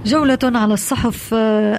جولة على الصحف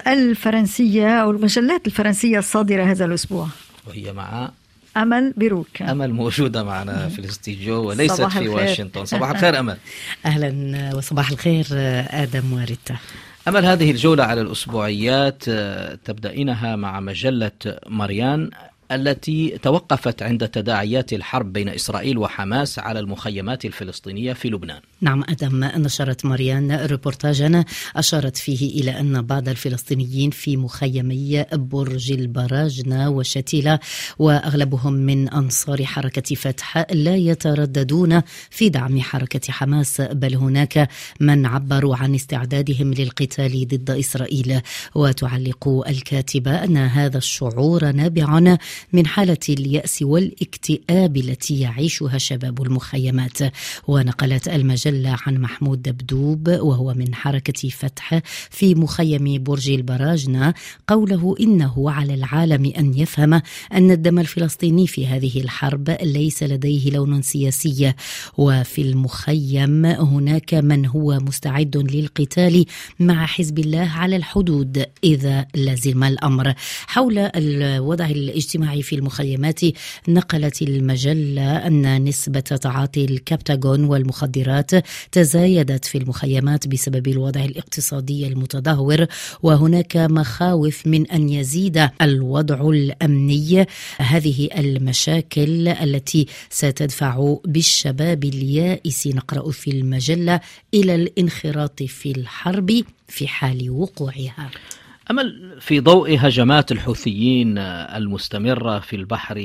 الفرنسية أو المجلات الفرنسية الصادرة هذا الأسبوع، وهي مع أمل بيروك. أمل موجودة معنا في الاستديو وليست في واشنطن. صباح الخير أمل. أهلا وصباح الخير آدم وريتا. أمل، هذه الجولة على الأسبوعيات تبدأينها مع مجلة ماريان التي توقفت عند تداعيات الحرب بين إسرائيل وحماس على المخيمات الفلسطينية في لبنان. نعم أدم، نشرت ماريان ريبورتاجا أشارت فيه إلى أن بعض الفلسطينيين في مخيمي برج البراجنة وشتيلة وأغلبهم من أنصار حركة فتح لا يترددون في دعم حركة حماس، بل هناك من عبروا عن استعدادهم للقتال ضد إسرائيل. وتعلق الكاتبة أن هذا الشعور نابع من حالة اليأس والاكتئاب التي يعيشها شباب المخيمات. ونقلت المجلة عن محمود دبدوب وهو من حركة فتح في مخيم برج البراجنة قوله إنه على العالم أن يفهم أن الدم الفلسطيني في هذه الحرب ليس لديه لون سياسي، وفي المخيم هناك من هو مستعد للقتال مع حزب الله على الحدود إذا لزم الأمر. حول الوضع الاجتماعي في المخيمات نقلت المجلة أن نسبة تعاطي الكبتاغون والمخدرات تزايدت في المخيمات بسبب الوضع الاقتصادي المتدهور، وهناك مخاوف من أن يزيد الوضع الأمني. هذه المشاكل التي ستدفع بالشباب اليائس، نقرأ في المجلة، إلى الانخراط في الحرب في حال وقوعها. أمل، في ضوء هجمات الحوثيين المستمرة في البحر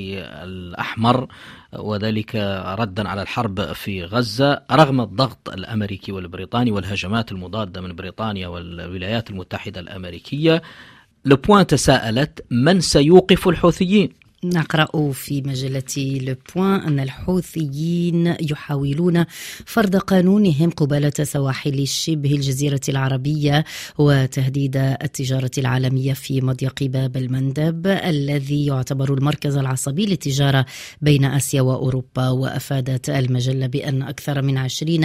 الأحمر وذلك ردا على الحرب في غزة رغم الضغط الأمريكي والبريطاني والهجمات المضادة من بريطانيا والولايات المتحدة الأمريكية، لوبوان تساءلت من سيوقف الحوثيين؟ نقرأ في مجلة لوبوان أن الحوثيين يحاولون فرض قانونهم قبالة سواحل شبه الجزيرة العربية وتهديد التجارة العالمية في مضيق باب المندب الذي يعتبر المركز العصبي للتجارة بين آسيا وأوروبا. وأفادت المجلة بأن أكثر من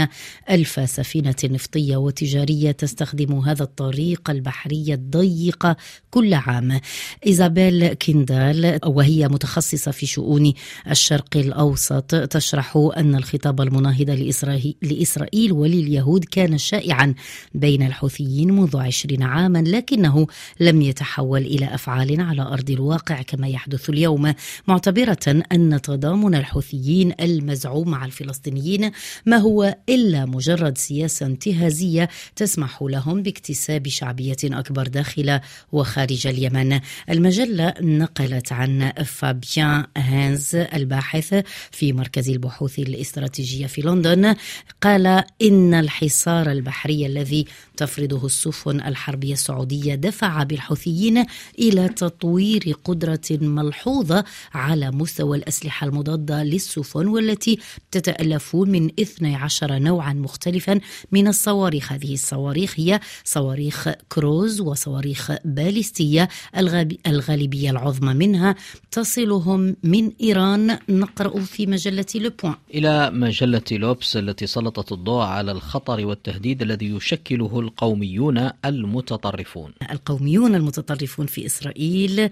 20,000 سفينة نفطية وتجارية تستخدم هذا الطريق البحري الضيق كل عام. إيزابيل كيندال وهي متخصصة في شؤون الشرق الأوسط تشرح أن الخطاب المناهض لإسرائيل ولليهود كان شائعا بين الحوثيين منذ 20 عاما، لكنه لم يتحول إلى أفعال على أرض الواقع كما يحدث اليوم، معتبرة أن تضامن الحوثيين المزعوم مع الفلسطينيين ما هو إلا مجرد سياسة انتهازية تسمح لهم باكتساب شعبية أكبر داخل وخارج اليمن. المجلة نقلت عن فابيان هانز الباحث في مركز البحوث الاستراتيجية في لندن، قال إن الحصار البحري الذي تفرضه السفن الحربية السعودية دفع بالحوثيين إلى تطوير قدرة ملحوظة على مستوى الأسلحة المضادة للسفن والتي تتألف من 12 نوعا مختلفا من الصواريخ. هذه الصواريخ هي صواريخ كروز وصواريخ باليستية، الغالبية العظمى منها تصلهم من إيران، نقرأ في مجلة لوبوان. إلى مجلة لوبس التي سلطت الضوء على الخطر والتهديد الذي يشكله القوميون المتطرفون. القوميون المتطرفون في إسرائيل.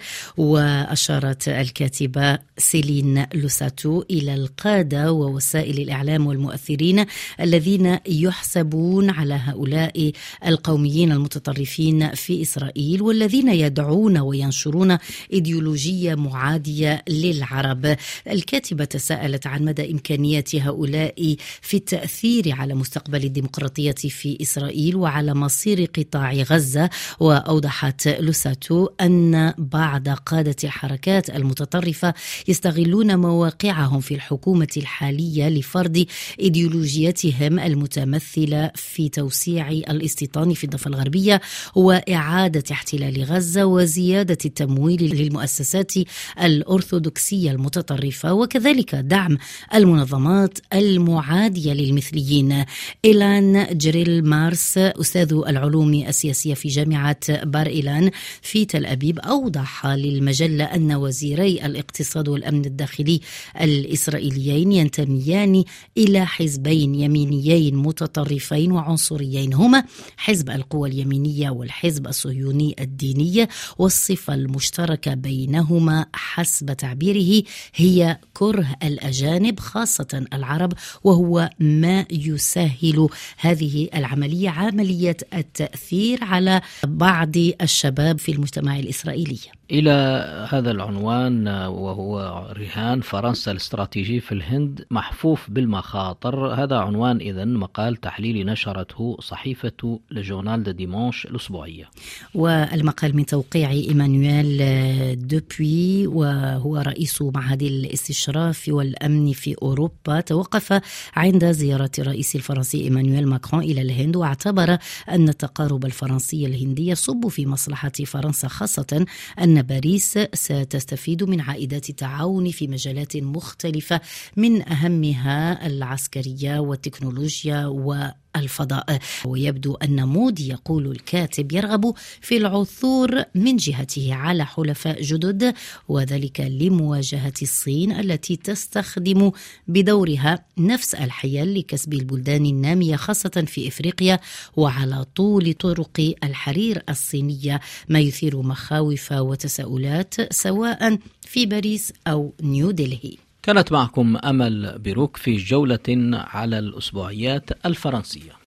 وأشارت الكاتبة سيلين لوساتو إلى القادة ووسائل الإعلام والمؤثرين الذين يحسبون على هؤلاء القوميين المتطرفين في إسرائيل والذين يدعون وينشرون إيديولوجية معادية للعرب. الكاتبة تساءلت عن مدى إمكانية هؤلاء في التأثير على مستقبل الديمقراطية في إسرائيل وعلى مصير قطاع غزة. وأوضحت لوساتو أن بعض قادة الحركات المتطرفة يستغلون مواقعهم في الحكومة الحالية لفرض إيديولوجيتهم المتمثلة في توسيع الاستيطان في الضفة الغربية وإعادة احتلال غزة وزيادة التمويل للمؤسسات الأرثوذكسية المتطرفة، وكذلك دعم المنظمات المعادية للمثليين. إيلان جريل مارس أستاذ العلوم السياسية في جامعة بار إيلان في تل أبيب أوضح للمجلة أن وزيري الاقتصاد والأمن الداخلي الإسرائيليين ينتميان إلى حزبين يمينيين متطرفين وعنصريين، هما حزب القوى اليمينية والحزب الصهيوني الديني، والصفة المشتركة بينهما حسب تعبيره هي كره الأجانب خاصة العرب، وهو ما يسهل هذه العملية، عملية التأثير على بعض الشباب في المجتمع الإسرائيلي. إلى هذا العنوان وهو رهان فرنسا الاستراتيجي في الهند محفوف بالمخاطر، هذا عنوان إذن مقال تحليلي نشرته صحيفة لجورنال دو ديمانش الأسبوعية، والمقال من توقيع إيمانويل دوبوي وهو رئيس معهد الاستشراف والأمن في أوروبا. توقف عند زيارة الرئيس الفرنسي إيمانويل ماكرون إلى الهند، واعتبر أن التقارب الفرنسي الهندي يصب في مصلحة فرنسا، خاصة أن باريس ستستفيد من عائدات التعاون في مجالات مختلفة من أهمها العسكرية والتكنولوجيا والفضاء. ويبدو أن مودي، يقول الكاتب، يرغب في العثور من جهته على حلفاء جدد، وذلك لمواجهة الصين التي تستخدم بدورها نفس الحيل لكسب البلدان النامية خاصة في إفريقيا وعلى طول طرق الحرير الصينية، ما يثير مخاوف وتساؤلات سواء في باريس أو نيودلهي. كانت معكم أمل بيروك في جولة على الأسبوعيات الفرنسية.